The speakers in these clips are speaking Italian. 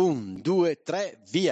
1, 2, 3, via!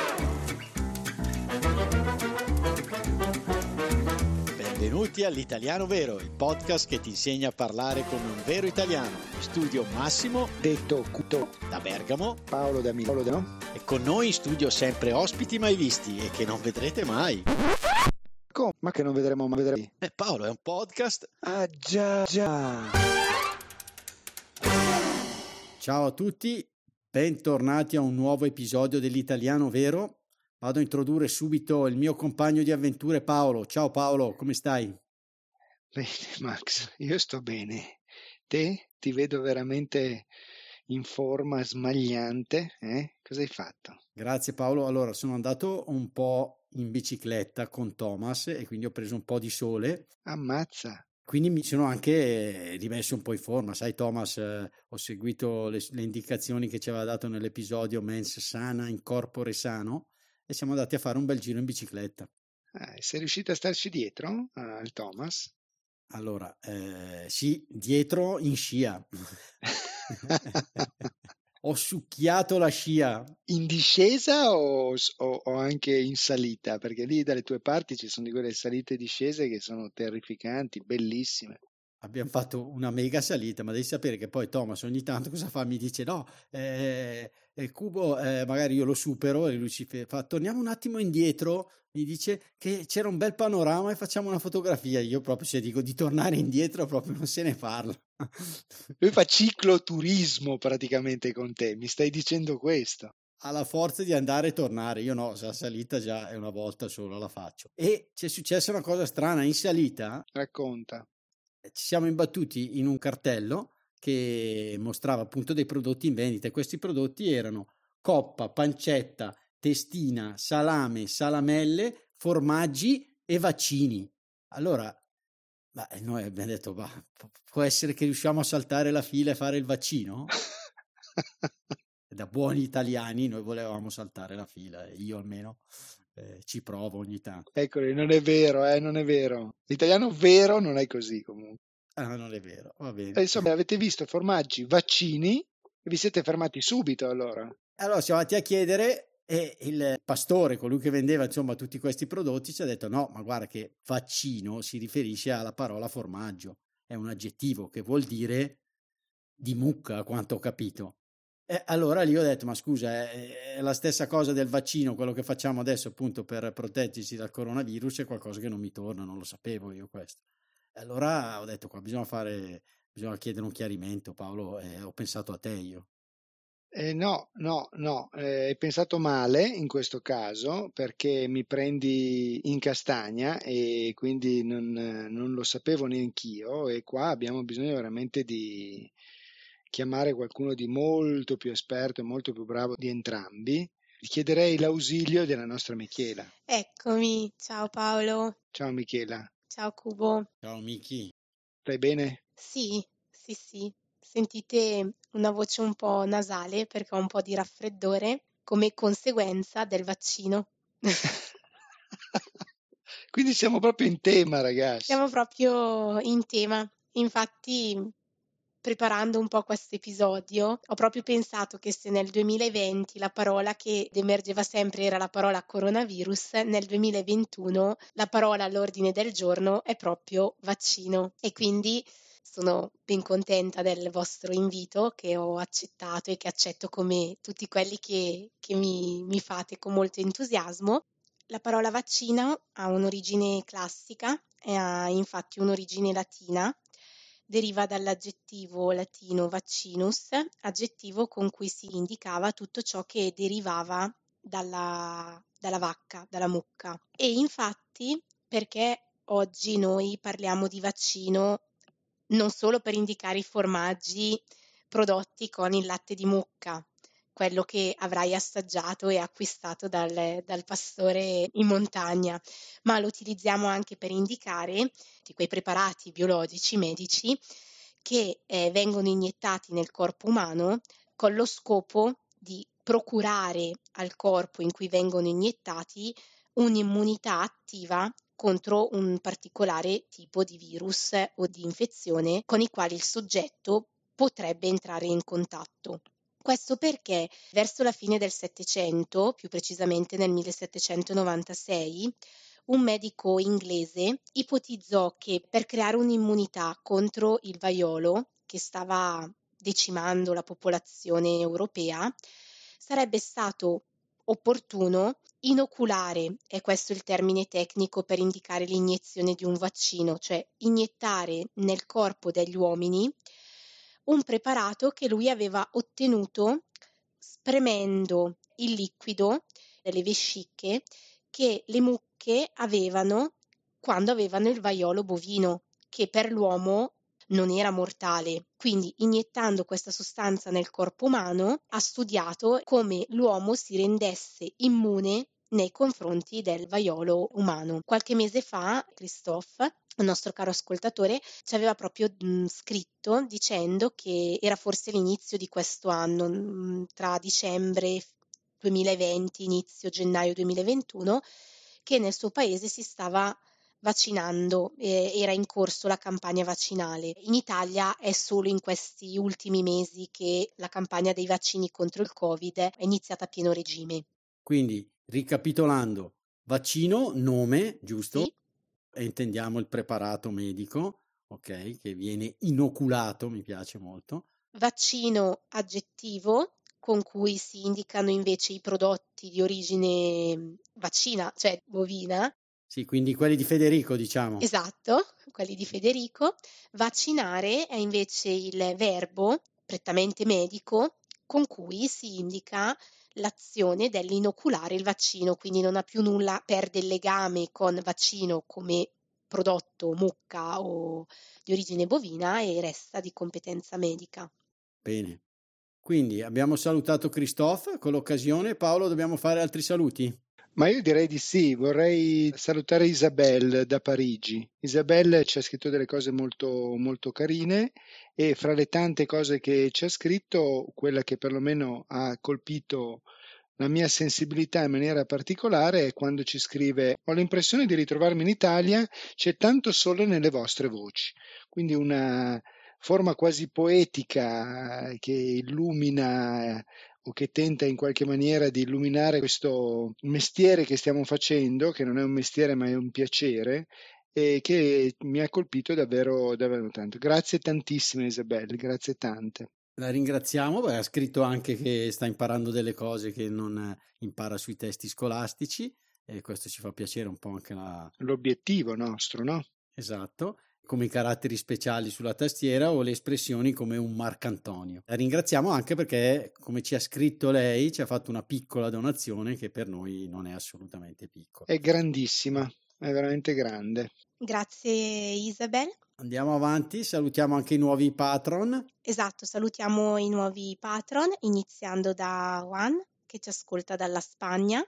Benvenuti all'Italiano Vero, il podcast che ti insegna a parlare come un vero italiano. In studio Massimo, detto Cuto, da Bergamo, Paolo da Milano, e con noi in studio sempre ospiti mai visti e che non vedrete mai. Ma che non vedremo mai? Paolo, è un podcast. Ah già. Ciao a tutti, bentornati a un nuovo episodio dell'Italiano Vero. Vado a introdurre subito il mio compagno di avventure Paolo. Ciao Paolo, come stai? Bene Max, io sto bene. Te ti vedo veramente in forma smagliante, Cosa hai fatto? Grazie Paolo. Allora, sono andato un po' in bicicletta con Thomas e quindi ho preso un po' di sole. Ammazza. Quindi mi sono anche rimesso un po' in forma. Sai Thomas, ho seguito le indicazioni che ci aveva dato nell'episodio Mens Sana in Corpore Sano e siamo andati a fare un bel giro in bicicletta. Sei riuscito a starci dietro al Thomas? Allora, sì, dietro in scia. Ho succhiato la scia. In discesa o anche in salita? Perché lì dalle tue parti ci sono di quelle salite e discese che sono terrificanti, bellissime. Abbiamo fatto una mega salita, ma devi sapere che poi Thomas ogni tanto cosa fa? Mi dice no, il cubo magari io lo supero e lui ci fa torniamo un attimo indietro, mi dice che c'era un bel panorama e facciamo una fotografia. Io proprio se dico di tornare indietro proprio non se ne parla. Lui fa cicloturismo praticamente con te, mi stai dicendo questo? Ha la forza di andare e tornare, io no, la salita già è una volta solo la faccio. E c'è successa una cosa strana, in salita Racconta. ci siamo imbattuti in un cartello che mostrava appunto dei prodotti in vendita e questi prodotti erano coppa, pancetta, testina, salame, salamelle, formaggi e vaccini. Allora, noi abbiamo detto, può essere che riusciamo a saltare la fila e fare il vaccino? Da buoni italiani noi volevamo saltare la fila, io almeno ci provo ogni tanto. Eccoli, non è vero, non è vero. L'italiano vero non è così comunque. Ah, non è vero, va bene. Insomma, avete visto formaggi, vaccini e vi siete fermati subito allora. Allora siamo andati a chiedere e il pastore, colui che vendeva insomma tutti questi prodotti, ci ha detto no, ma guarda che vaccino si riferisce alla parola formaggio, è un aggettivo che vuol dire di mucca, a quanto ho capito. E allora lì ho detto, ma scusa, è la stessa cosa del vaccino, quello che facciamo adesso appunto per proteggersi dal coronavirus, è qualcosa che non mi torna, non lo sapevo io questo. E allora ho detto, qua bisogna chiedere un chiarimento, Paolo, e ho pensato a te io. No, hai pensato male in questo caso perché mi prendi in castagna e quindi non lo sapevo neanch'io e qua abbiamo bisogno veramente di chiamare qualcuno di molto più esperto e molto più bravo di entrambi. Chiederei l'ausilio della nostra Michela. Eccomi, ciao Paolo, Ciao Michela, ciao Cubo. Ciao Miki. stai bene? Sì. Sentite una voce un po' nasale perché ho un po' di raffreddore come conseguenza del vaccino. Quindi siamo proprio in tema, ragazzi. Siamo proprio in tema. Infatti, preparando un po' questo episodio, ho proprio pensato che se nel 2020 la parola che emergeva sempre era la parola coronavirus, nel 2021 la parola all'ordine del giorno è proprio vaccino. E quindi sono ben contenta del vostro invito che ho accettato e che accetto come tutti quelli che mi fate con molto entusiasmo. La parola vaccino ha un'origine classica e ha infatti un'origine latina. Deriva dall'aggettivo latino vaccinus, aggettivo con cui si indicava tutto ciò che derivava dalla vacca, dalla mucca. E infatti, perché oggi noi parliamo di vaccino non solo per indicare i formaggi prodotti con il latte di mucca, quello che avrai assaggiato e acquistato dal pastore in montagna, ma lo utilizziamo anche per indicare di quei preparati biologici medici che vengono iniettati nel corpo umano con lo scopo di procurare al corpo in cui vengono iniettati un'immunità attiva contro un particolare tipo di virus o di infezione con i quali il soggetto potrebbe entrare in contatto. Questo perché verso la fine del Settecento, più precisamente nel 1796, un medico inglese ipotizzò che per creare un'immunità contro il vaiolo, che stava decimando la popolazione europea, sarebbe stato opportuno inoculare, è questo il termine tecnico per indicare l'iniezione di un vaccino, cioè iniettare nel corpo degli uomini un preparato che lui aveva ottenuto spremendo il liquido delle vesciche che le mucche avevano quando avevano il vaiolo bovino, che per l'uomo non era mortale. Quindi, iniettando questa sostanza nel corpo umano, ha studiato come l'uomo si rendesse immune nei confronti del vaiolo umano. Qualche mese fa, Christophe, il nostro caro ascoltatore, ci aveva proprio scritto dicendo che era forse l'inizio di questo anno, tra dicembre 2020, inizio gennaio 2021, che nel suo paese si stava vaccinando, era in corso la campagna vaccinale. In Italia è solo in questi ultimi mesi che la campagna dei vaccini contro il Covid è iniziata a pieno regime. Quindi, ricapitolando, vaccino, nome, giusto? Sì. E intendiamo il preparato medico, ok, che viene inoculato, mi piace molto. Vaccino, aggettivo, con cui si indicano invece i prodotti di origine vaccina, cioè bovina. Sì, quindi quelli di Federico, diciamo. Esatto, quelli di Federico. Vaccinare è invece il verbo prettamente medico con cui si indica l'azione dell'inoculare il vaccino, quindi non ha più nulla, perde il legame con vaccino come prodotto mucca o di origine bovina e resta di competenza medica. Bene. Quindi abbiamo salutato Christophe con l'occasione. Paolo, dobbiamo fare altri saluti? Ma io direi di sì, vorrei salutare Isabelle da Parigi. Isabelle ci ha scritto delle cose molto, molto carine e fra le tante cose che ci ha scritto, quella che perlomeno ha colpito la mia sensibilità in maniera particolare è quando ci scrive: ho l'impressione di ritrovarmi in Italia, c'è tanto sole nelle vostre voci. Quindi una forma quasi poetica che illumina o che tenta in qualche maniera di illuminare questo mestiere che stiamo facendo, che non è un mestiere ma è un piacere, e che mi ha colpito davvero, davvero tanto. Grazie tantissime Isabelle, grazie tante. La ringraziamo, ha scritto anche che sta imparando delle cose che non impara sui testi scolastici e questo ci fa piacere un po' anche l'obiettivo nostro, no? Esatto, come i caratteri speciali sulla tastiera o le espressioni come un Marcantonio. La ringraziamo anche perché, come ci ha scritto lei, ci ha fatto una piccola donazione che per noi non è assolutamente piccola. È grandissima, è veramente grande. Grazie Isabel. Andiamo avanti, salutiamo anche i nuovi patron. Esatto, salutiamo i nuovi patron, iniziando da Juan, che ci ascolta dalla Spagna,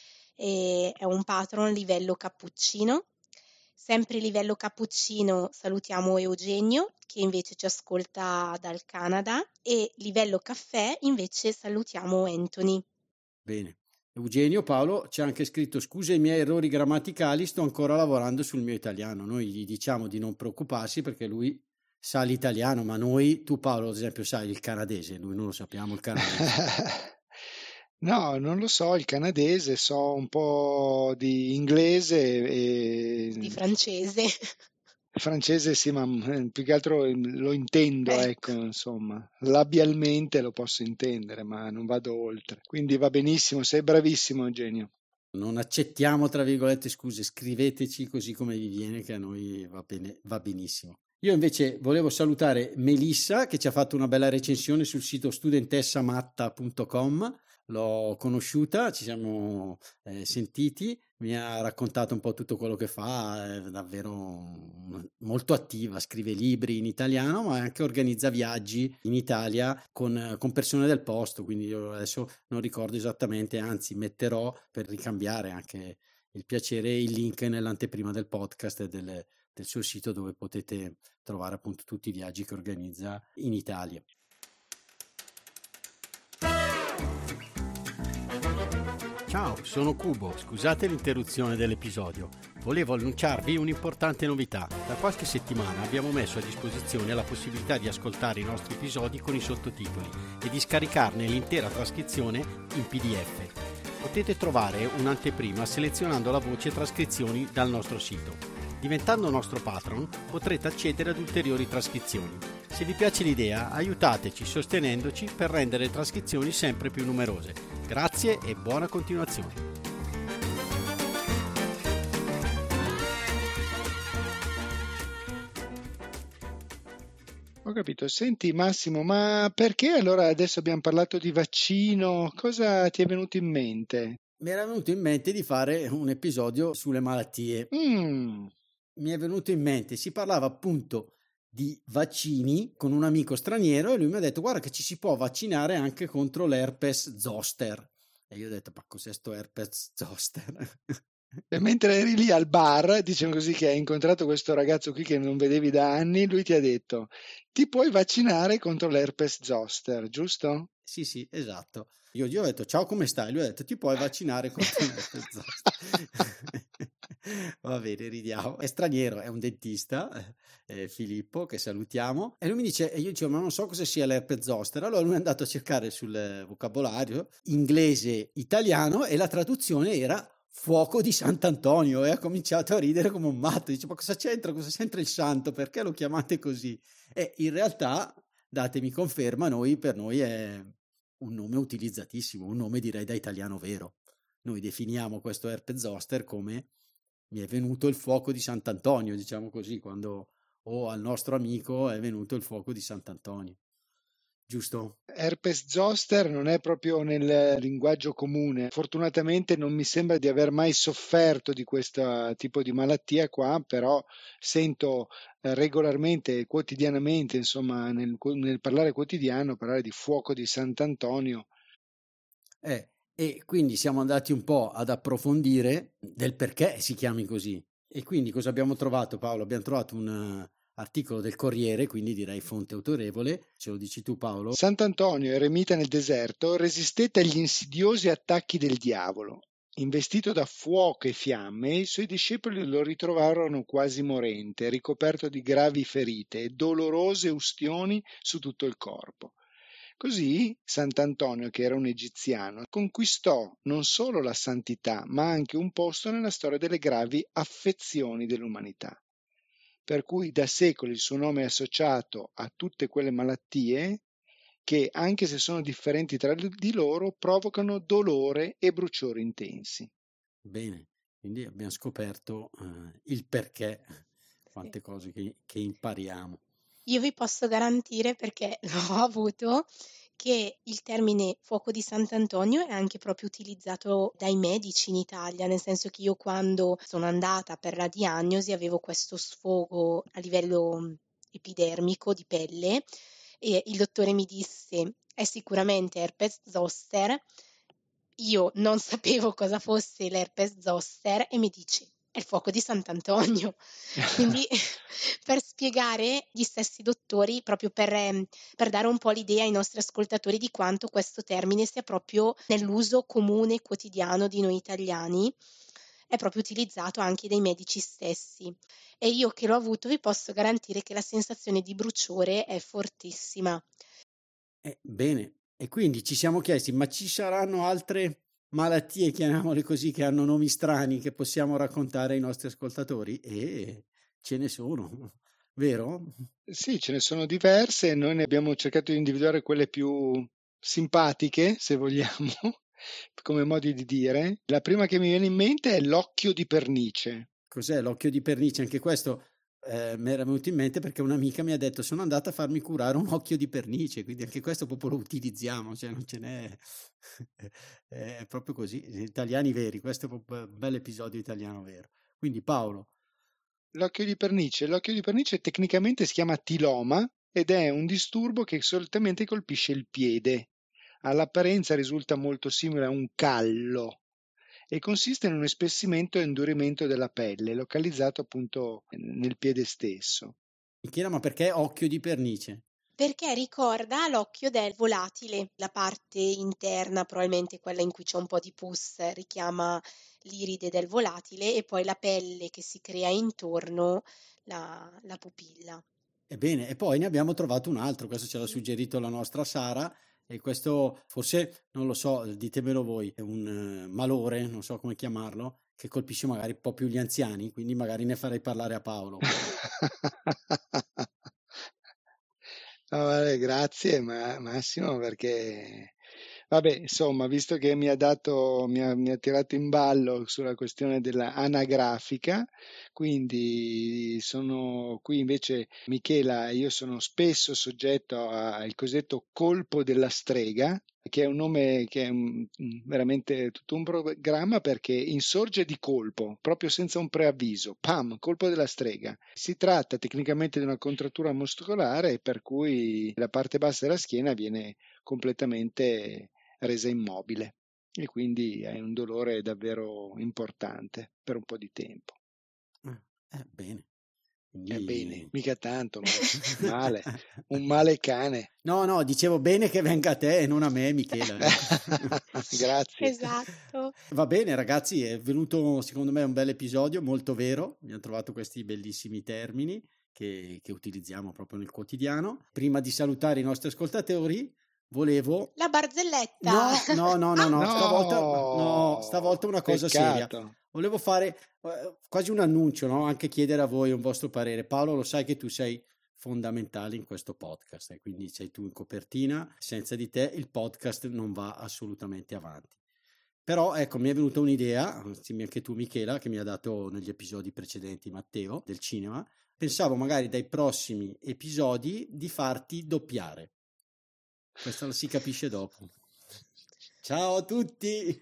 e è un patron livello cappuccino. Sempre livello cappuccino salutiamo Eugenio, che invece ci ascolta dal Canada, e livello caffè invece salutiamo Anthony. Bene. Eugenio, Paolo ci ha anche scritto: scusa i miei errori grammaticali, sto ancora lavorando sul mio italiano. Noi gli diciamo di non preoccuparsi perché lui sa l'italiano, ma noi, tu Paolo ad esempio sai il canadese, noi non lo sappiamo il canadese. No, non lo so il canadese, so un po' di inglese e di francese. Francese sì, ma più che altro lo intendo, ecco, insomma, labialmente lo posso intendere, ma non vado oltre. Quindi va benissimo, sei bravissimo Eugenio. Non accettiamo, tra virgolette, scuse, scriveteci così come vi viene, che a noi va bene, va benissimo. Io invece volevo salutare Melissa che ci ha fatto una bella recensione sul sito studentessamatta.com. L'ho conosciuta, ci siamo sentiti, mi ha raccontato un po' tutto quello che fa, è davvero molto attiva, scrive libri in italiano ma anche organizza viaggi in Italia con persone del posto, quindi io adesso non ricordo esattamente, anzi metterò per ricambiare anche il piacere il link nell'anteprima del podcast e del suo sito dove potete trovare appunto tutti i viaggi che organizza in Italia. Ciao, sono Cubo, scusate l'interruzione dell'episodio, Volevo annunciarvi un'importante novità. Da qualche settimana abbiamo messo a disposizione la possibilità di ascoltare i nostri episodi con i sottotitoli e di scaricarne l'intera trascrizione in PDF. Potete trovare un'anteprima selezionando la voce trascrizioni dal nostro sito. Diventando nostro patron potrete accedere ad ulteriori trascrizioni. Se vi piace l'idea, aiutateci sostenendoci per rendere le trascrizioni sempre più numerose. Grazie e buona continuazione. Ho capito. Senti Massimo, ma perché allora adesso abbiamo parlato di vaccino? Cosa ti è venuto in mente? Mi era venuto in mente di fare un episodio sulle malattie. Mi è venuto in mente, si parlava appunto di vaccini con un amico straniero e lui mi ha detto guarda che ci si può vaccinare anche contro l'herpes zoster. E io ho detto ma cos'è sto herpes zoster? E mentre eri lì al bar, diciamo così, che hai incontrato questo ragazzo qui che non vedevi da anni, lui ti ha detto ti puoi vaccinare contro l'herpes zoster, giusto? Sì, esatto. Io gli ho detto ciao come stai? Lui ha detto ti puoi vaccinare contro l'herpes zoster. Va bene, ridiamo. È straniero, è un dentista, Filippo, che salutiamo. E lui mi dice, e io dicevo, ma non so cosa sia l'herpes zoster. Allora lui è andato a cercare sul vocabolario inglese-italiano e la traduzione era fuoco di Sant'Antonio e ha cominciato a ridere come un matto. Dice, ma cosa c'entra? Cosa c'entra il santo? Perché lo chiamate così? E in realtà, datemi conferma, per noi è un nome utilizzatissimo, un nome direi da italiano vero. Noi definiamo questo herpes zoster come mi è venuto il fuoco di Sant'Antonio, diciamo così, quando al nostro amico è venuto il fuoco di Sant'Antonio, giusto? Herpes zoster non è proprio nel linguaggio comune. Fortunatamente non mi sembra di aver mai sofferto di questo tipo di malattia qua, però sento regolarmente, quotidianamente, insomma, nel parlare quotidiano, parlare di fuoco di Sant'Antonio. E quindi siamo andati un po' ad approfondire del perché si chiami così. E quindi cosa abbiamo trovato, Paolo? Abbiamo trovato un articolo del Corriere, quindi direi fonte autorevole. Ce lo dici tu, Paolo? Sant'Antonio, eremita nel deserto, resistette agli insidiosi attacchi del diavolo. Investito da fuoco e fiamme, i suoi discepoli lo ritrovarono quasi morente, ricoperto di gravi ferite e dolorose ustioni su tutto il corpo. Così Sant'Antonio, che era un egiziano, conquistò non solo la santità, ma anche un posto nella storia delle gravi affezioni dell'umanità. Per cui da secoli il suo nome è associato a tutte quelle malattie che, anche se sono differenti tra di loro, provocano dolore e bruciori intensi. Bene, quindi abbiamo scoperto il perché, quante cose che impariamo. Io vi posso garantire, perché l'ho avuto, che il termine fuoco di Sant'Antonio è anche proprio utilizzato dai medici in Italia, nel senso che io quando sono andata per la diagnosi avevo questo sfogo a livello epidermico di pelle e il dottore mi disse è sicuramente herpes zoster. Io non sapevo cosa fosse l'herpes zoster e mi dice è il fuoco di Sant'Antonio. Quindi per spiegare gli stessi dottori, proprio per dare un po' l'idea ai nostri ascoltatori di quanto questo termine sia proprio nell'uso comune quotidiano di noi italiani, è proprio utilizzato anche dai medici stessi. E io che l'ho avuto vi posso garantire che la sensazione di bruciore è fortissima. Bene, e quindi ci siamo chiesti, ma ci saranno altre malattie, chiamiamole così, che hanno nomi strani che possiamo raccontare ai nostri ascoltatori? E ce ne sono, vero? Sì, ce ne sono diverse, noi ne abbiamo cercato di individuare quelle più simpatiche, se vogliamo, come modi di dire. La prima che mi viene in mente è l'occhio di pernice. Cos'è l'occhio di pernice? Anche questo mi era venuto in mente perché un'amica mi ha detto sono andata a farmi curare un occhio di pernice, quindi anche questo proprio lo utilizziamo, cioè non ce n'è, è proprio così, italiani veri, questo è proprio un bel episodio italiano vero. Quindi Paolo. L'occhio di pernice tecnicamente si chiama tiloma ed è un disturbo che solitamente colpisce il piede. All'apparenza risulta molto simile a un callo e consiste in un espessimento e indurimento della pelle, localizzato appunto nel piede stesso. Mi chiedo ma perché occhio di pernice? perché ricorda l'occhio del volatile, la parte interna, probabilmente quella in cui c'è un po' di pus, richiama l'iride del volatile e poi la pelle che si crea intorno la pupilla. Ebbene, e poi ne abbiamo trovato un altro, questo ce l'ha suggerito la nostra Sara, e questo forse, non lo so, ditemelo voi, è un malore, non so come chiamarlo, che colpisce magari un po' più gli anziani, quindi magari ne farei parlare a Paolo. Vabbè, grazie Massimo, perché vabbè, insomma, visto che mi ha tirato in ballo sulla questione della anagrafica, quindi sono qui invece, Michela, io sono spesso soggetto al cosiddetto colpo della strega, che è un nome che è veramente tutto un programma, perché insorge di colpo, proprio senza un preavviso, pam, colpo della strega. Si tratta tecnicamente di una contrattura muscolare per cui la parte bassa della schiena viene completamente resa immobile e quindi hai un dolore davvero importante per un po' di tempo. Bene. Bene, mica tanto, ma male, un male cane. No, dicevo bene che venga a te e non a me, Michela. Grazie. Esatto. Va bene, ragazzi, è venuto secondo me un bel episodio, molto vero. Abbiamo trovato questi bellissimi termini che utilizziamo proprio nel quotidiano. Prima di salutare i nostri ascoltatori, volevo... La barzelletta! No, stavolta una cosa seria. Volevo fare quasi un annuncio, no? Anche chiedere a voi un vostro parere. Paolo, lo sai che tu sei fondamentale in questo podcast, e quindi sei tu in copertina. Senza di te il podcast non va assolutamente avanti. Però ecco, mi è venuta un'idea, anche tu Michela, che mi ha dato negli episodi precedenti Matteo del cinema. Pensavo magari dai prossimi episodi di farti doppiare. Questa la si capisce dopo. Ciao a tutti!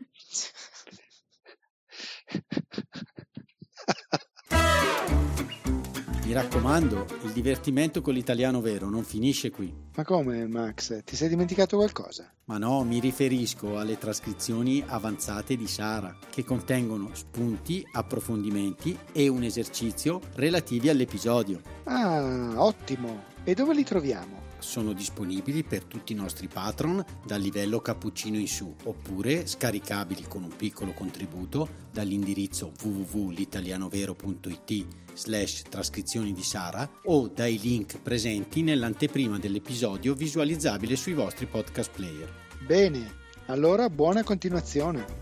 Mi raccomando, il divertimento con l'italiano vero non finisce qui. Ma come, Max? Ti sei dimenticato qualcosa? Ma no, mi riferisco alle trascrizioni avanzate di Sara, che contengono spunti, approfondimenti e un esercizio relativi all'episodio. Ah, ottimo! E dove li troviamo? Sono disponibili per tutti i nostri patron dal livello cappuccino in su, oppure scaricabili con un piccolo contributo dall'indirizzo www.l'italianovero.it/trascrizioni di Sara o dai link presenti nell'anteprima dell'episodio visualizzabile sui vostri podcast player. Bene, allora buona continuazione.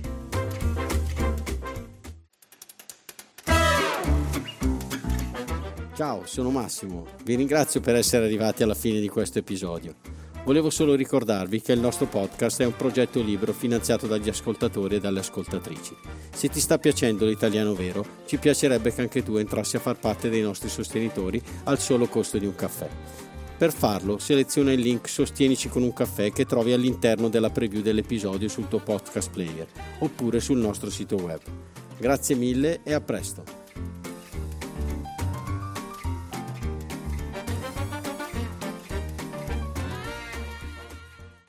Ciao, sono Massimo. Vi ringrazio per essere arrivati alla fine di questo episodio. Volevo solo ricordarvi che il nostro podcast è un progetto libero finanziato dagli ascoltatori e dalle ascoltatrici. Se ti sta piacendo l'italiano vero, ci piacerebbe che anche tu entrassi a far parte dei nostri sostenitori al solo costo di un caffè. Per farlo, seleziona il link Sostienici con un caffè che trovi all'interno della preview dell'episodio sul tuo podcast player oppure sul nostro sito web. Grazie mille e a presto!